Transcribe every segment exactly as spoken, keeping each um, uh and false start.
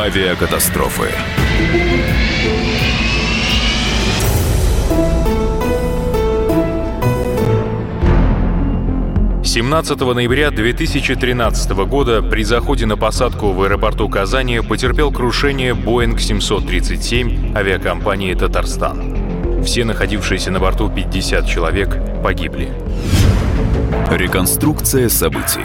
Авиакатастрофы. семнадцатого ноября две тысячи тринадцатого года при заходе на посадку в аэропорту Казани потерпел крушение Боинг семьсот тридцать семь авиакомпании «Татарстан». Все находившиеся на борту пятьдесят человек погибли. Реконструкция событий.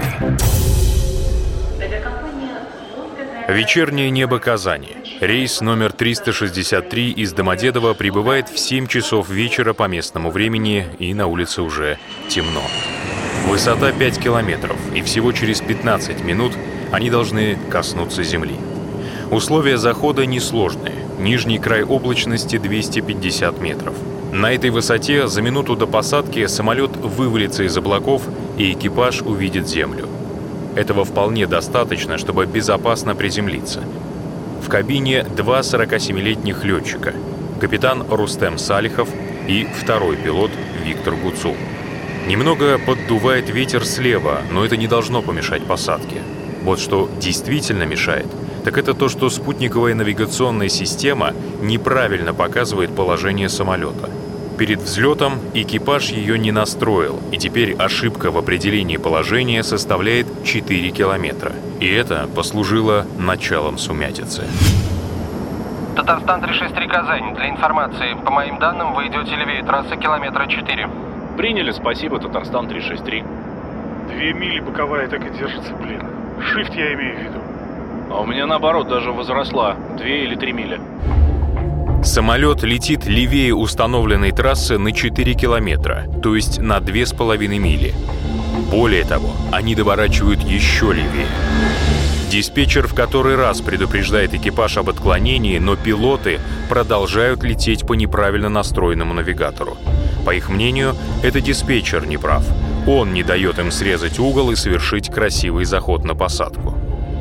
Вечернее небо Казани. Рейс номер триста шестьдесят три из Домодедово прибывает в семь часов вечера по местному времени, и на улице уже темно. Высота пять километров, и всего через пятнадцать минут они должны коснуться земли. Условия захода несложные. Нижний край облачности двести пятьдесят метров. На этой высоте за минуту до посадки самолет вывалится из облаков, и экипаж увидит землю. Этого вполне достаточно, чтобы безопасно приземлиться. В кабине два сорокасемилетних летчика. Капитан Рустем Салихов и второй пилот Виктор Гуцул. Немного поддувает ветер слева, но это не должно помешать посадке. Вот что действительно мешает, так это то, что спутниковая навигационная система неправильно показывает положение самолета. Перед взлетом экипаж ее не настроил, и теперь ошибка в определении положения составляет четыре километра. И это послужило началом сумятицы. Татарстан триста шестьдесят три Казань. Для информации, по моим данным, вы идете левее трассы километра четыре. Приняли, спасибо, Татарстан триста шестьдесят три. Две мили боковая так и держится, блин. Шифт я имею в виду. А у меня наоборот даже возросла. Две или три мили. Самолет летит левее установленной трассы на четыре километра, то есть на две с половиной мили. Более того, они доворачивают еще левее. Диспетчер в который раз предупреждает экипаж об отклонении, но пилоты продолжают лететь по неправильно настроенному навигатору. По их мнению, это диспетчер не прав. Он не дает им срезать угол и совершить красивый заход на посадку.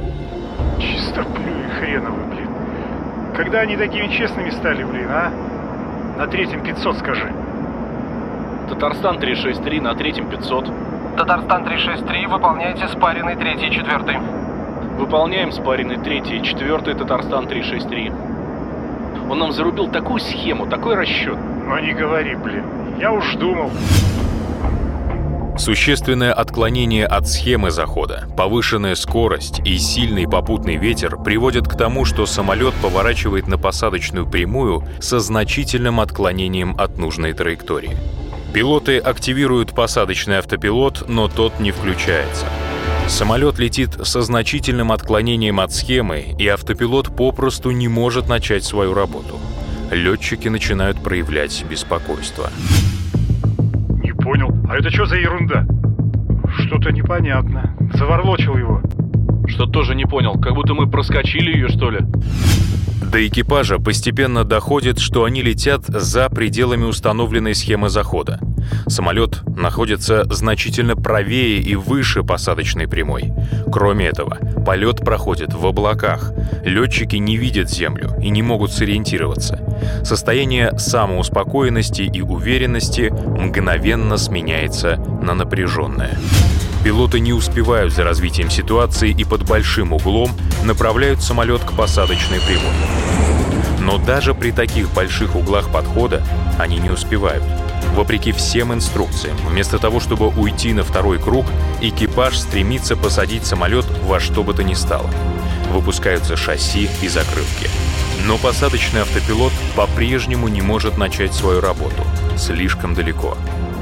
Чистоплюй хреновый, блин. Когда они такими честными стали, блин, а? На третьем пятьсот скажи. Татарстан триста шестьдесят три, на третьем пятьсот. Татарстан триста шестьдесят три, выполняйте спаренный третий и четвертый. Выполняем спаренный третий и четвертый, Татарстан триста шестьдесят три. Он нам зарубил такую схему, такой расчет. Ну не говори, блин. Я уж думал. Существенное отклонение от схемы захода, повышенная скорость и сильный попутный ветер приводят к тому, что самолет поворачивает на посадочную прямую со значительным отклонением от нужной траектории. Пилоты активируют посадочный автопилот, но тот не включается. Самолет летит со значительным отклонением от схемы, и автопилот попросту не может начать свою работу. Летчики начинают проявлять беспокойство. Не понял. А это что за ерунда? Что-то непонятно. Заворлочил его. Что тоже не понял. Как будто мы проскочили ее, что ли? До экипажа постепенно доходит, что они летят за пределами установленной схемы захода. Самолет находится значительно правее и выше посадочной прямой. Кроме этого, полет проходит в облаках. Летчики не видят землю и не могут сориентироваться. Состояние самоуспокоенности и уверенности мгновенно сменяется на напряженное. Пилоты не успевают за развитием ситуации и под большим углом направляют самолет к посадочной прямой. Но даже при таких больших углах подхода они не успевают. Вопреки всем инструкциям, вместо того, чтобы уйти на второй круг, экипаж стремится посадить самолет во что бы то ни стало. Выпускаются шасси и закрылки. Но посадочный автопилот по-прежнему не может начать свою работу. Слишком далеко.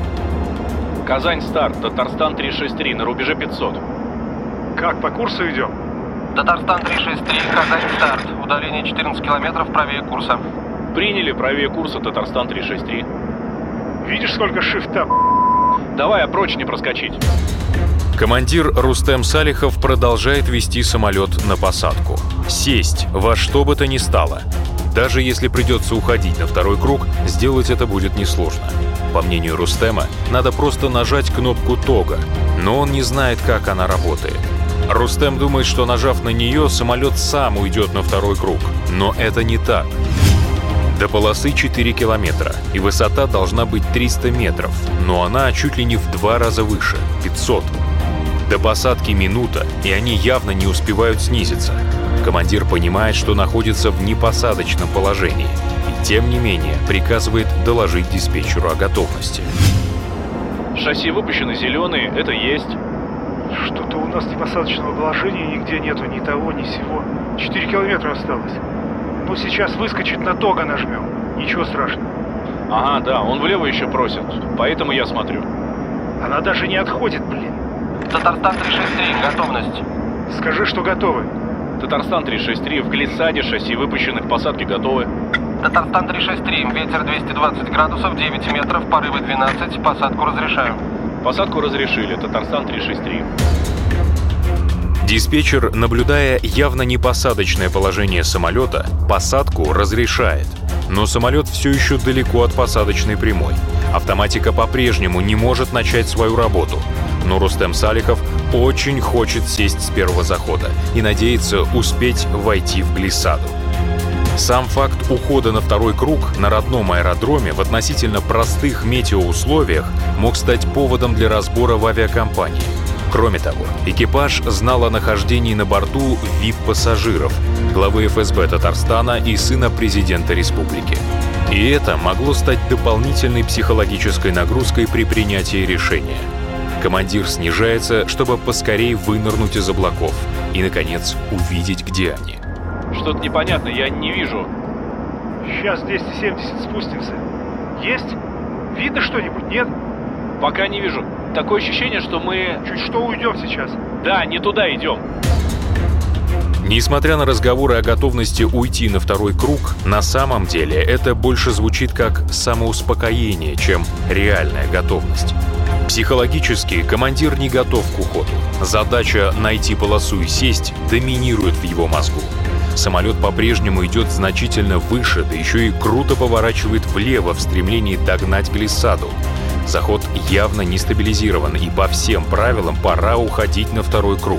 Казань старт, Татарстан триста шестьдесят три, на рубеже пятьсот. Как, по курсу идем? Татарстан триста шестьдесят три, Казань старт. Удаление четырнадцать километров правее курса. Приняли, правее курса, Татарстан триста шестьдесят три. Видишь, сколько шифта? Давай, а прочь не проскочить. Командир Рустем Салихов продолжает вести самолет на посадку. Сесть во что бы то ни стало. Даже если придется уходить на второй круг, сделать это будет несложно. По мнению Рустема, надо просто нажать кнопку тога, но он не знает, как она работает. Рустем думает, что нажав на нее, самолет сам уйдет на второй круг. Но это не так. До полосы четыре километра, и высота должна быть триста метров, но она чуть ли не в два раза выше – пятьсот. До посадки минута, и они явно не успевают снизиться. Командир понимает, что находится в непосадочном положении, и тем не менее приказывает доложить диспетчеру о готовности. Шасси выпущены зеленые, это есть. Что-то у нас непосадочного положения нигде нету, ни того, ни сего. Четыре километра осталось. Ну, сейчас выскочит, на тога нажмем. Ничего страшного. Ага, да, он влево еще просит, поэтому я смотрю. Она даже не отходит, блин. Татарстан три шесть три, готовность. Скажи, что готовы. Татарстан три шесть три, в глиссаде, шасси выпущены, к посадке готовы. Татарстан три шесть три, ветер двести двадцать градусов, девять метров, порывы двенадцать, посадку разрешаю. Посадку разрешили, Татарстан три шесть три. Диспетчер, наблюдая явно непосадочное положение самолета, посадку разрешает. Но самолет все еще далеко от посадочной прямой. Автоматика по-прежнему не может начать свою работу. Но Рустем Салихов очень хочет сесть с первого захода и надеется успеть войти в глиссаду. Сам факт ухода на второй круг на родном аэродроме в относительно простых метеоусловиях мог стать поводом для разбора в авиакомпании. Кроме того, экипаж знал о нахождении на борту ви ай пи-пассажиров, главы эф эс бэ Татарстана и сына президента республики. И это могло стать дополнительной психологической нагрузкой при принятии решения. Командир снижается, чтобы поскорее вынырнуть из облаков и, наконец, увидеть, где они. Что-то непонятно, я не вижу. Сейчас двести семьдесят спустимся. Есть? Видно что-нибудь, нет? Пока не вижу. Такое ощущение, что мы... Чуть что уйдем сейчас. Да, не туда идем. Несмотря на разговоры о готовности уйти на второй круг, на самом деле это больше звучит как самоуспокоение, чем реальная готовность. Психологически командир не готов к уходу. Задача найти полосу и сесть доминирует в его мозгу. Самолет по-прежнему идет значительно выше, да еще и круто поворачивает влево в стремлении догнать глиссаду. Заход явно не стабилизирован, и по всем правилам пора уходить на второй круг.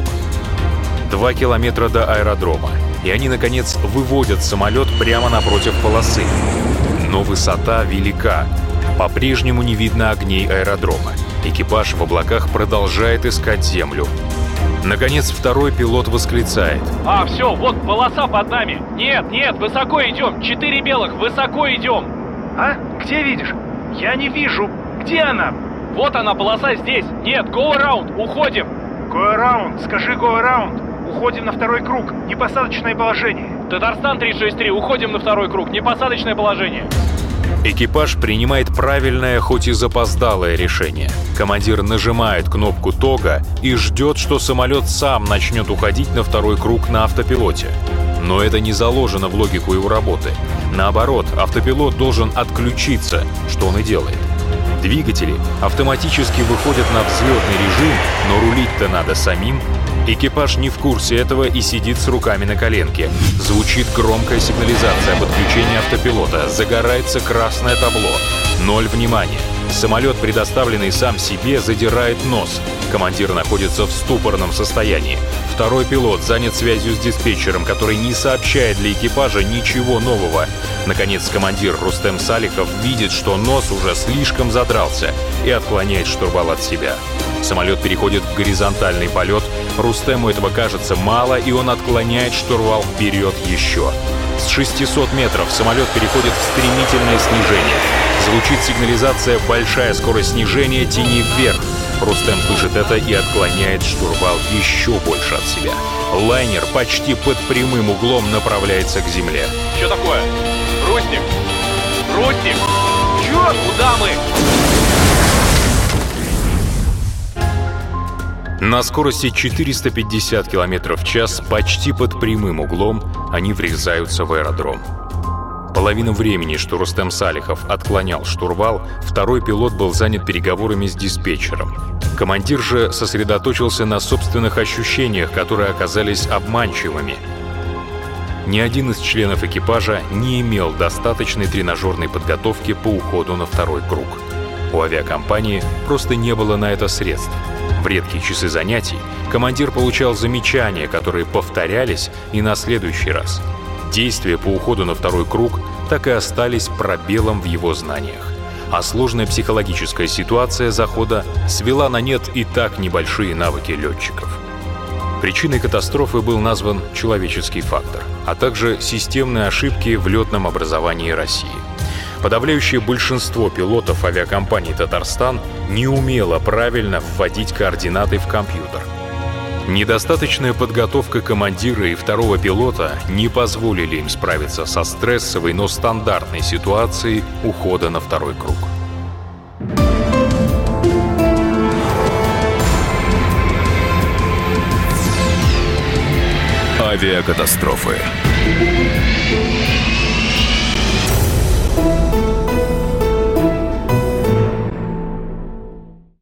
Два километра до аэродрома, и они, наконец, выводят самолет прямо напротив полосы. Но высота велика. По-прежнему не видно огней аэродрома. Экипаж в облаках продолжает искать землю. Наконец, второй пилот восклицает. А, все, вот полоса под нами. Нет, нет, высоко идем. Четыре белых, высоко идем. А? Где видишь? Я не вижу. Где она? Вот она, полоса здесь. Нет, go around, уходим. Go around, скажи go around. Уходим на второй круг. Непосадочное положение. Татарстан три шесть три, уходим на второй круг. Непосадочное положение. Экипаж принимает правильное, хоть и запоздалое решение. Командир нажимает кнопку тога и ждет, что самолет сам начнет уходить на второй круг на автопилоте. Но это не заложено в логику его работы. Наоборот, автопилот должен отключиться, что он и делает. Двигатели автоматически выходят на взлетный режим, но рулить-то надо самим. Экипаж не в курсе этого и сидит с руками на коленке. Звучит громкая сигнализация об отключении автопилота. Загорается красное табло. Ноль внимания. Самолет, предоставленный сам себе, задирает нос. Командир находится в ступорном состоянии. Второй пилот занят связью с диспетчером, который не сообщает для экипажа ничего нового. Наконец, командир Рустем Салихов видит, что нос уже слишком задрался и отклоняет штурвал от себя. Самолет переходит в горизонтальный полет. Рустему этого кажется мало, и он отклоняет штурвал вперед еще. С шестисот метров самолет переходит в стремительное снижение. Звучит сигнализация «Большая скорость снижения, тяни вверх». Рустем слышит это и отклоняет штурвал еще больше от себя. Лайнер почти под прямым углом направляется к земле. Что такое? Рустик! Рустик! Черт, куда мы? На скорости четыреста пятьдесят километров в час, почти под прямым углом, они врезаются в аэродром. Половину времени, что Рустем Салихов отклонял штурвал, второй пилот был занят переговорами с диспетчером. Командир же сосредоточился на собственных ощущениях, которые оказались обманчивыми. Ни один из членов экипажа не имел достаточной тренажерной подготовки по уходу на второй круг. У авиакомпании просто не было на это средств. В редкие часы занятий командир получал замечания, которые повторялись и на следующий раз. Действия по уходу на второй круг так и остались пробелом в его знаниях. А сложная психологическая ситуация захода свела на нет и так небольшие навыки летчиков. Причиной катастрофы был назван человеческий фактор, а также системные ошибки в летном образовании России. Подавляющее большинство пилотов авиакомпании «Татарстан» не умело правильно вводить координаты в компьютер. Недостаточная подготовка командира и второго пилота не позволили им справиться со стрессовой, но стандартной ситуацией ухода на второй круг. Авиакатастрофы.